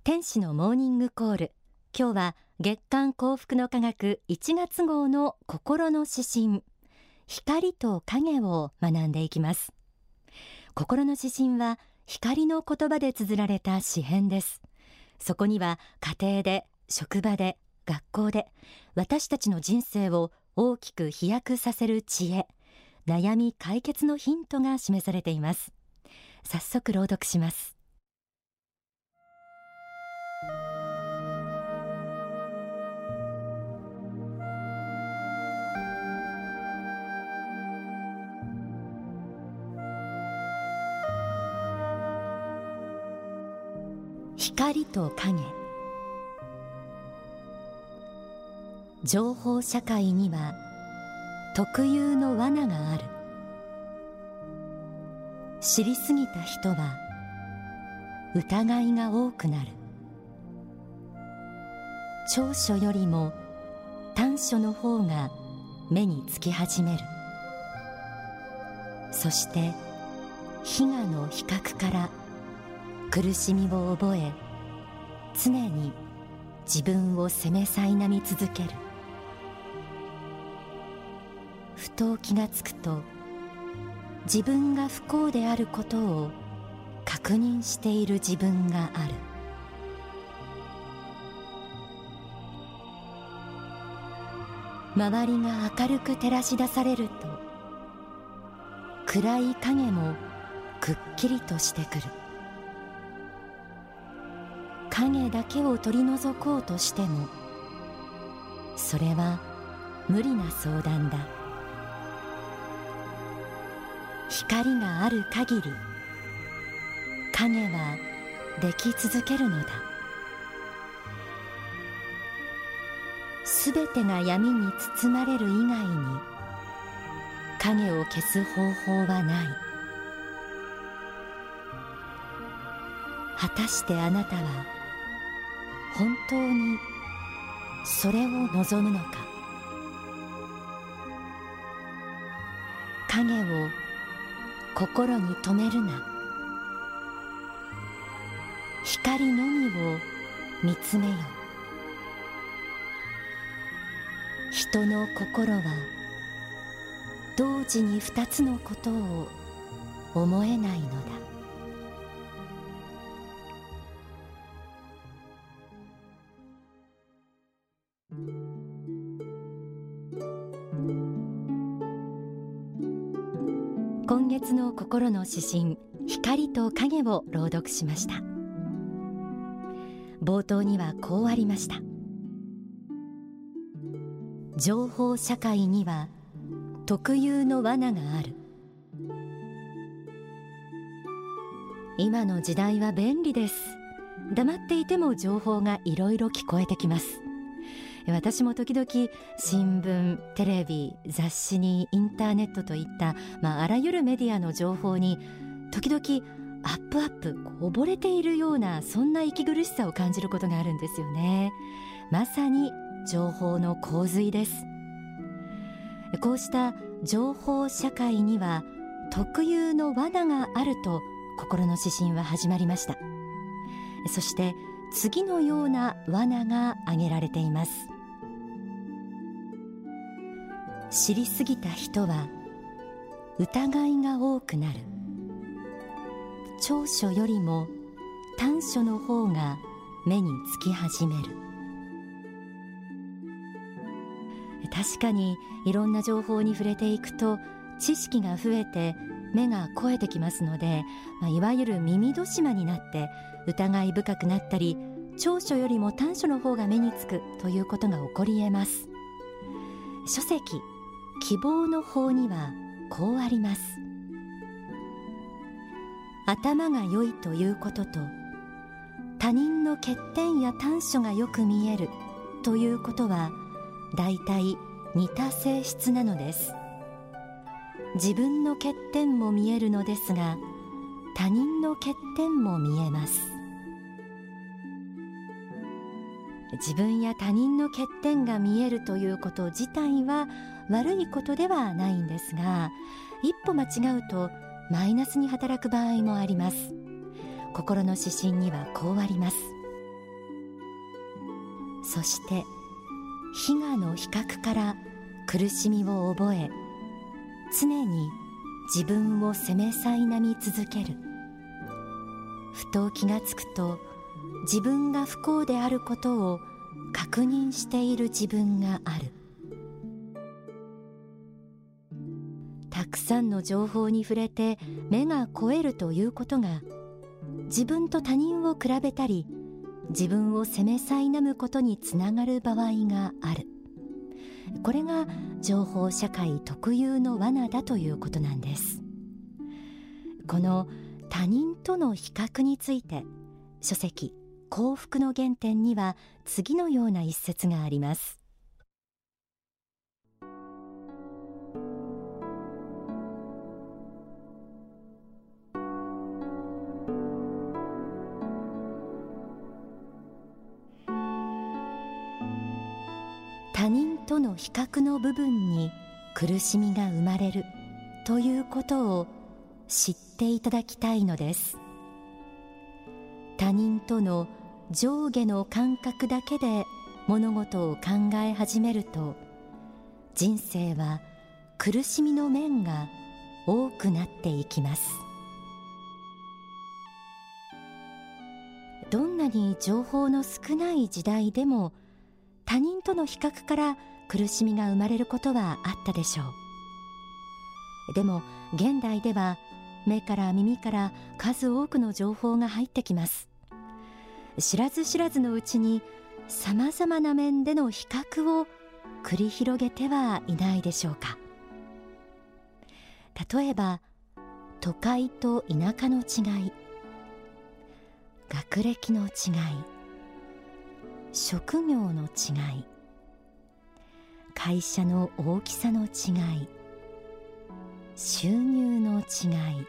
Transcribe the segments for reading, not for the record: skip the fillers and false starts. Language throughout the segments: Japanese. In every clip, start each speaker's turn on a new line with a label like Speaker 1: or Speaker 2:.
Speaker 1: 天使のモーニングコール。今日は月刊幸福の科学1月号の心の指針、光と影を学んでいきます。心の指針は光の言葉で綴られた詩編です。そこには家庭で、職場で、学校で私たちの人生を大きく飛躍させる知恵、悩み解決のヒントが示されています。早速朗読します。光と影。情報社会には特有の罠がある。知りすぎた人は疑いが多くなる。長所よりも短所の方が目につき始める。そして非我の比較から苦しみを覚え、常に自分を責め苛み続ける。ふと気がつくと、自分が不幸であることを確認している自分がある。周りが明るく照らし出されると、暗い影もくっきりとしてくる。影だけを取り除こうとしても、それは無理な相談だ。光がある限り、影はでき続けるのだ。すべてが闇に包まれる以外に、影を消す方法はない。果たしてあなたは本当にそれを望むのか。影を心に留めるな。光のみを見つめよ。人の心は同時に二つのことを思えないのだ。今月の心の指針、光と影を朗読しました。冒頭にはこうありました。情報社会には特有の罠がある。今の時代は便利です。黙っていても情報がいろいろ聞こえてきます。私も時々新聞、テレビ、雑誌にインターネットといった、あらゆるメディアの情報に時々アップ溺れているような、そんな息苦しさを感じることがあるんですよね。まさに情報の洪水です。こうした情報社会には特有の罠があると心の指針は始まりました。そして次のような罠が挙げられています。知りすぎた人は疑いが多くなる。長所よりも短所の方が目につき始める。確かにいろんな情報に触れていくと知識が増えて目が肥えてきますので、いわゆる耳戸島になって疑い深くなったり、長所よりも短所の方が目につくということが起こり得ます。書籍希望の法にはこうあります。頭が良いということと、他人の欠点や短所がよく見えるということはだいたい似た性質なのです。自分の欠点も見えるのですが、他人の欠点も見えます。自分や他人の欠点が見えるということ自体は悪いことではないんですが、一歩間違うとマイナスに働く場合もあります。心の指針にはこうあります。 そして非我の比較から苦しみを覚え、常に自分を責め苛み続ける。ふと気がつくと、自分が不幸であることを確認している自分がある。たくさんの情報に触れて目が肥えるということが、自分と他人を比べたり、自分を責め苛むことにつながる場合がある。これが情報社会特有の罠だということなんです。この他人との比較について、書籍幸福の原点には次のような一節があります。他人との比較の部分に苦しみが生まれるということを知っていただきたいのです。他人との上下の感覚だけで物事を考え始めると、人生は苦しみの面が多くなっていきます。どんなに情報の少ない時代でも、他人との比較から苦しみが生まれることはあったでしょう。でも現代では目から耳から数多くの情報が入ってきます。知らず知らずのうちにさまざまな面での比較を繰り広げてはいないでしょうか。例えば都会と田舎の違い、学歴の違い、職業の違い、会社の大きさの違い、収入の違い、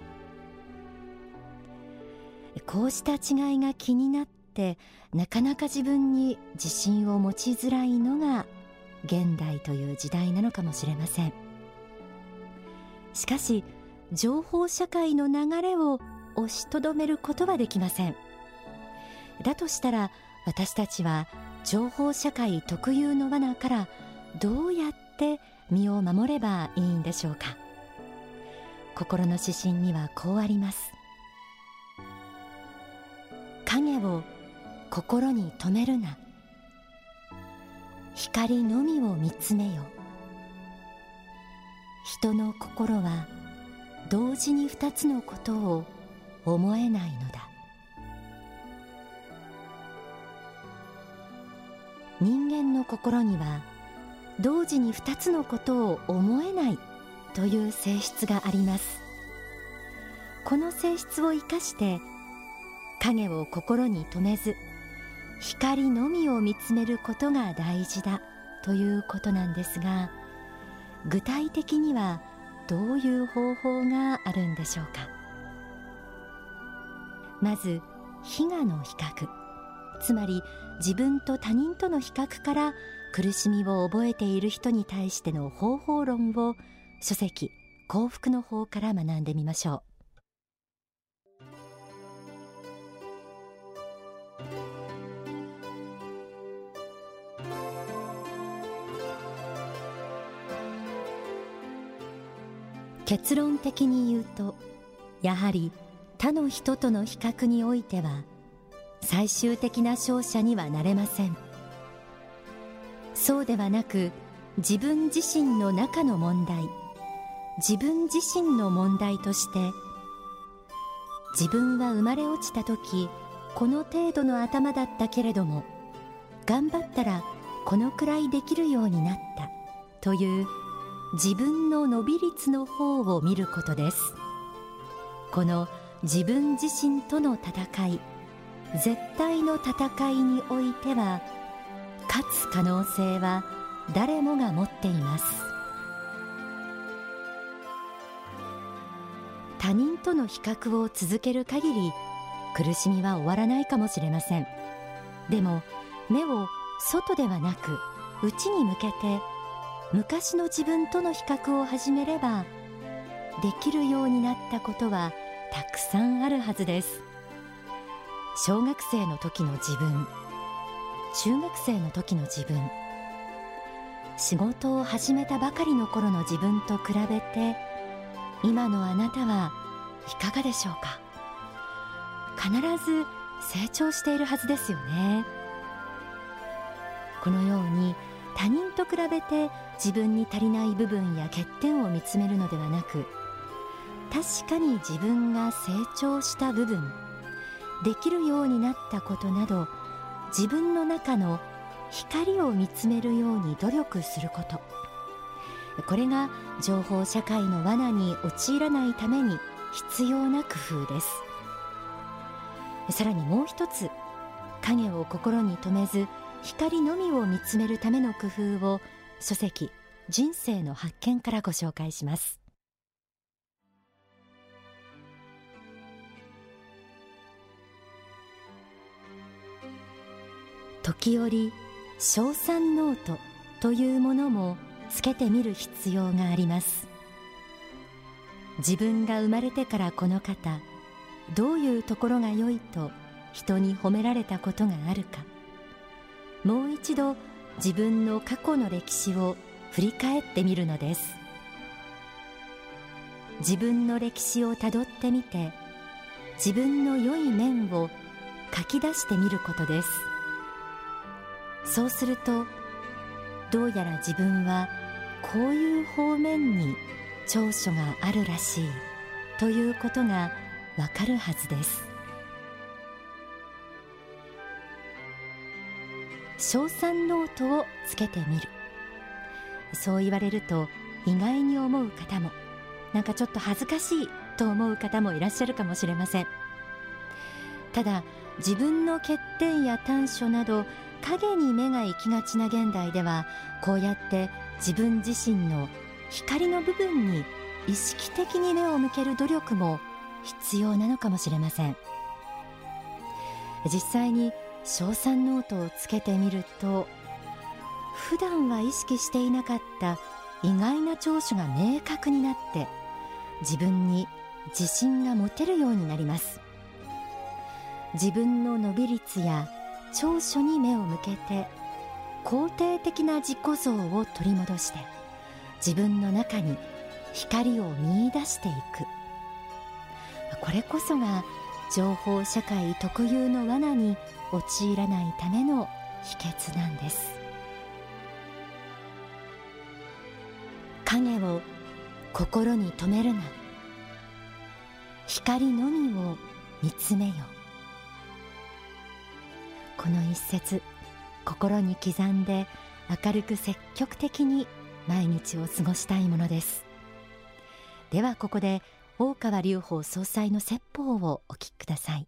Speaker 1: こうした違いが気になって、なかなか自分に自信を持ちづらいのが現代という時代なのかもしれません。しかし情報社会の流れを押しとどめることはできません。だとしたら、私たちは情報社会特有の罠からどうやって身を守ればいいんでしょうか。心の指針にはこうあります。影を心に留めるな。光のみを見つめよ。人の心は同時に二つのことを思えないのだ。人間の心には同時に二つのことを思えないという性質があります。この性質を生かして影を心に留めず、光のみを見つめることが大事だということなんですが、具体的にはどういう方法があるんでしょうか。まず非我の比較、つまり自分と他人との比較から苦しみを覚えている人に対しての方法論を書籍幸福の法から学んでみましょう。結論的に言うと、やはり他の人との比較においては最終的な勝者にはなれません。そうではなく、自分自身の中の問題、自分自身の問題として、自分は生まれ落ちた時この程度の頭だったけれども、頑張ったらこのくらいできるようになったという自分の伸び率の方を見ることです。この自分自身との戦い、絶対の戦いにおいては、勝つ可能性は誰もが持っています。他人との比較を続ける限り、苦しみは終わらないかもしれません。でも目を外ではなく内に向けて、昔の自分との比較を始めれば、できるようになったことはたくさんあるはずです。小学生の時の自分、 中学生の時の自分、仕事を始めたばかりの頃の自分と比べて、今のあなたはいかがでしょうか。必ず成長しているはずですよね。このように他人と比べて自分に足りない部分や欠点を見つめるのではなく、確かに自分が成長した部分、できるようになったことなど、自分の中の光を見つめるように努力すること、これが情報社会の罠に陥らないために必要な工夫です。さらにもう一つ、影を心に留めず光のみを見つめるための工夫を書籍人生の発見からご紹介します。時折称賛ノートというものもつけてみる必要があります。自分が生まれてからこの方、どういうところが良いと人に褒められたことがあるか、もう一度自分の過去の歴史を振り返ってみるのです。自分の歴史をたどってみて、自分の良い面を書き出してみることです。そうすると、どうやら自分はこういう方面に長所があるらしいということがわかるはずです。称賛ノートをつけてみる、そう言われると意外に思う方も、なんかちょっと恥ずかしいと思う方もいらっしゃるかもしれません。ただ、自分の欠点や短所など影に目が行きがちな現代では、こうやって自分自身の光の部分に意識的に目を向ける努力も必要なのかもしれません。実際に称賛ノートをつけてみると、普段は意識していなかった意外な長所が明確になって、自分に自信が持てるようになります。自分の伸び率や長所に目を向けて、肯定的な自己像を取り戻して、自分の中に光を見出していく。これこそが情報社会特有の罠に陥らないための秘訣なんです。影を心に留めるな、光のみを見つめよ。この一節、心に刻んで明るく積極的に毎日を過ごしたいものです。ではここで大川隆法総裁の説法をお聞きください。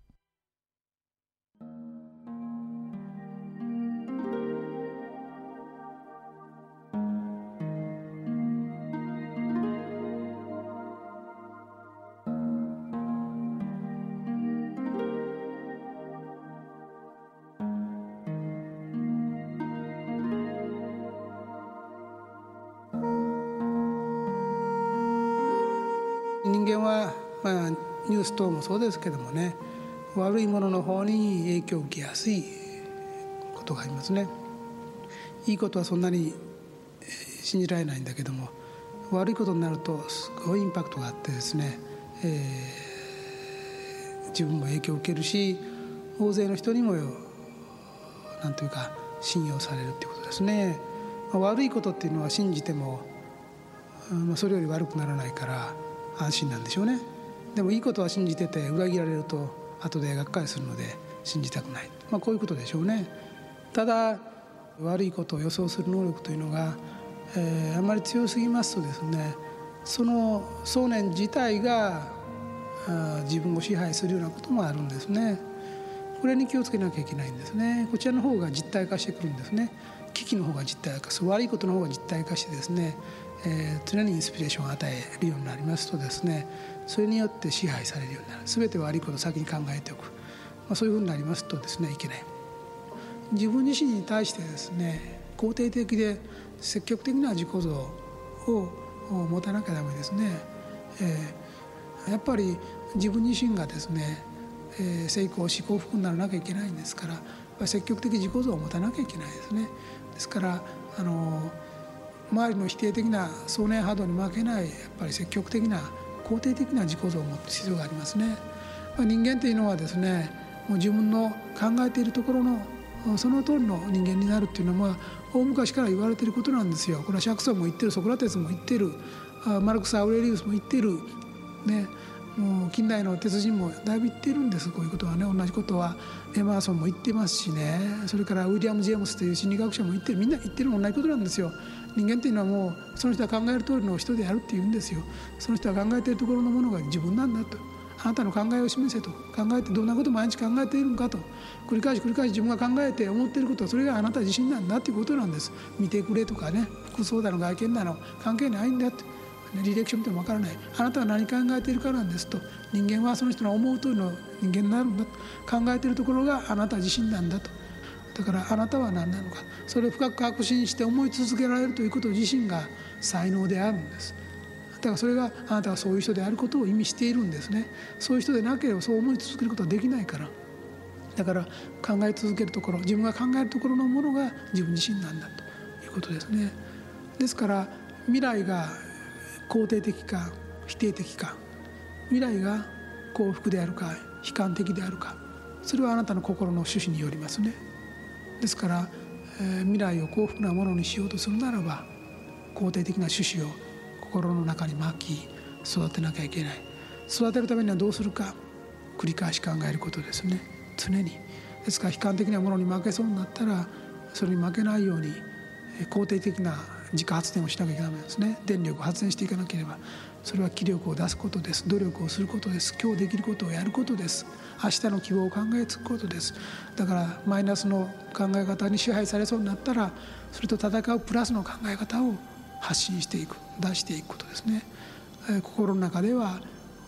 Speaker 2: 人間は、ニュース等もそうですけどもね、悪いものの方に影響を受けやすいことがありますね。いいことはそんなに信じられないんだけども、悪いことになるとすごいインパクトがあってですね、自分も影響を受けるし、大勢の人にもなんというか信用されるということですね。悪いことっていうのは信じても、それより悪くならないから安心なんでしょうね。でもいいことは信じてて裏切られると後でがっかりするので信じたくない、こういうことでしょうね。ただ悪いことを予想する能力というのが、あまり強すぎますとですね、その想念自体が自分を支配するようなこともあるんですね。これに気をつけなきゃいけないんですね。こちらの方が実体化してくるんですね。危機の方が実体化する、悪いことの方が実体化してですね、常にインスピレーションを与えるようになりますとですね、それによって支配されるようになる。全て悪いことを先に考えておく、そういうふうになりますとですね、いけない。自分自身に対してですね、肯定的で積極的な自己像を持たなきゃダメですね。やっぱり自分自身がですね、 成功し幸福にならなきゃいけないんですから、やっぱり積極的自己像を持たなきゃいけないですね。ですから周りの否定的な想念波動に負けない、やっぱり積極的な肯定的な自己像を持つ必要がありますね。人間というのはですね、もう自分の考えているところのその通りの人間になるっていうのは大昔から言われていることなんですよ。これは釈尊も言ってる、ソクラテスも言ってる、マルクス・アウレリウスも言ってる、ね、もう近代の鉄人もだいぶ言ってるんです。こういうことはね、同じことはエマーソンも言ってますしね、それからウィリアム・ジェームスという心理学者も言ってる、みんな言ってる同じことなんですよ。人間っていうのはもうその人が考える通りの人であるっていうんですよ。その人が考えているところのものが自分なんだと、あなたの考えを示せと、考えてどんなことを毎日考えているのかと、繰り返し自分が考えて思っていること、それがあなた自身なんだということなんです。見てくれとかね、服装だの外見だの関係ないんだと、履歴書見てもわからない、あなたは何考えているかなんですと。人間はその人の思う通りの人間になるんだと、考えているところがあなた自身なんだと。だからあなたは何なのか、それを深く確信して思い続けられるということ自身が才能であるんです。だからそれがあなたがそういう人であることを意味しているんですね。そういう人でなければそう思い続けることはできないから。だから考え続けるところ、自分が考えるところのものが自分自身なんだということですね。ですから未来が肯定的か否定的か、未来が幸福であるか悲観的であるか、それはあなたの心の趣旨によりますね。ですから、未来を幸福なものにしようとするならば、肯定的な趣旨を心の中に巻き育てなきゃいけない。育てるためにはどうするか、繰り返し考えることですね、常に。ですから悲観的なものに負けそうになったら、それに負けないように肯定的な自家発電をしなきゃいけないんですね。電力を発電していかなければ、それは気力を出すことです。努力をすることです。今日できることをやることです。明日の希望を考えつくことです。だからマイナスの考え方に支配されそうになったら、それと戦うプラスの考え方を発信していく、出していくことですね。心の中では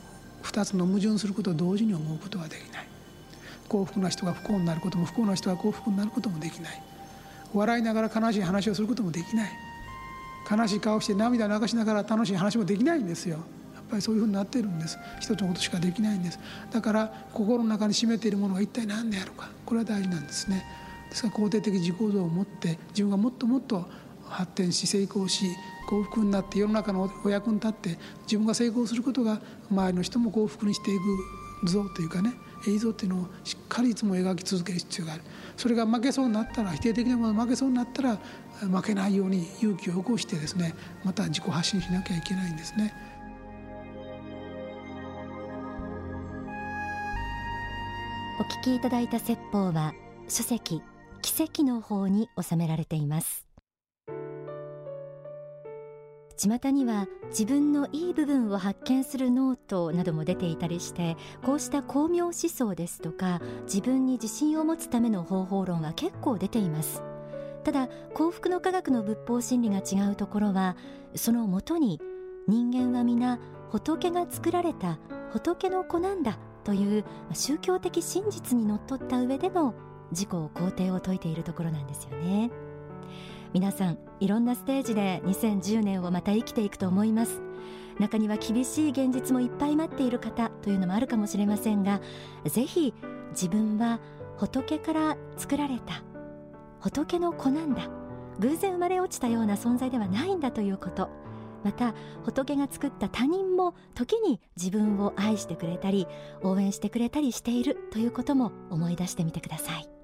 Speaker 2: 2つの矛盾することを同時に思うことはできない。幸福な人が不幸になることも、不幸な人が幸福になることもできない。笑いながら悲しい話をすることもできない。悲しい顔して涙を流しながら楽しい話もできないんですよ。やっぱりそういうふうになっているんです。一つのことしかできないんです。だから心の中に秘めているものが一体何であるか、これは大事なんですね。ですから肯定的自己像を持って、自分がもっともっと発展し成功し幸福になって、世の中のお役に立って、自分が成功することが周りの人も幸福にしていく像というかね、映像というのをしっかりいつも描き続ける必要がある。それが負けそうになったら、否定的なものが負けそうになったら、負けないように勇気を起こしてですね、また自己発信しなきゃいけないんですね。
Speaker 1: お聞きいただいた説法は書籍奇跡の法に収められています。巷には自分のいい部分を発見するノートなども出ていたりして、こうした光明思想ですとか自分に自信を持つための方法論は結構出ています。ただ幸福の科学の仏法真理が違うところは、そのもとに人間は皆仏が作られた仏の子なんだという宗教的真実にのっとった上での自己肯定を説いているところなんですよね。皆さんいろんなステージで2010年をまた生きていくと思います。中には厳しい現実もいっぱい待っている方というのもあるかもしれませんが、ぜひ自分は仏から作られた仏の子なんだ、偶然生まれ落ちたような存在ではないんだということ、また仏が作った他人も時に自分を愛してくれたり応援してくれたりしているということも思い出してみてください。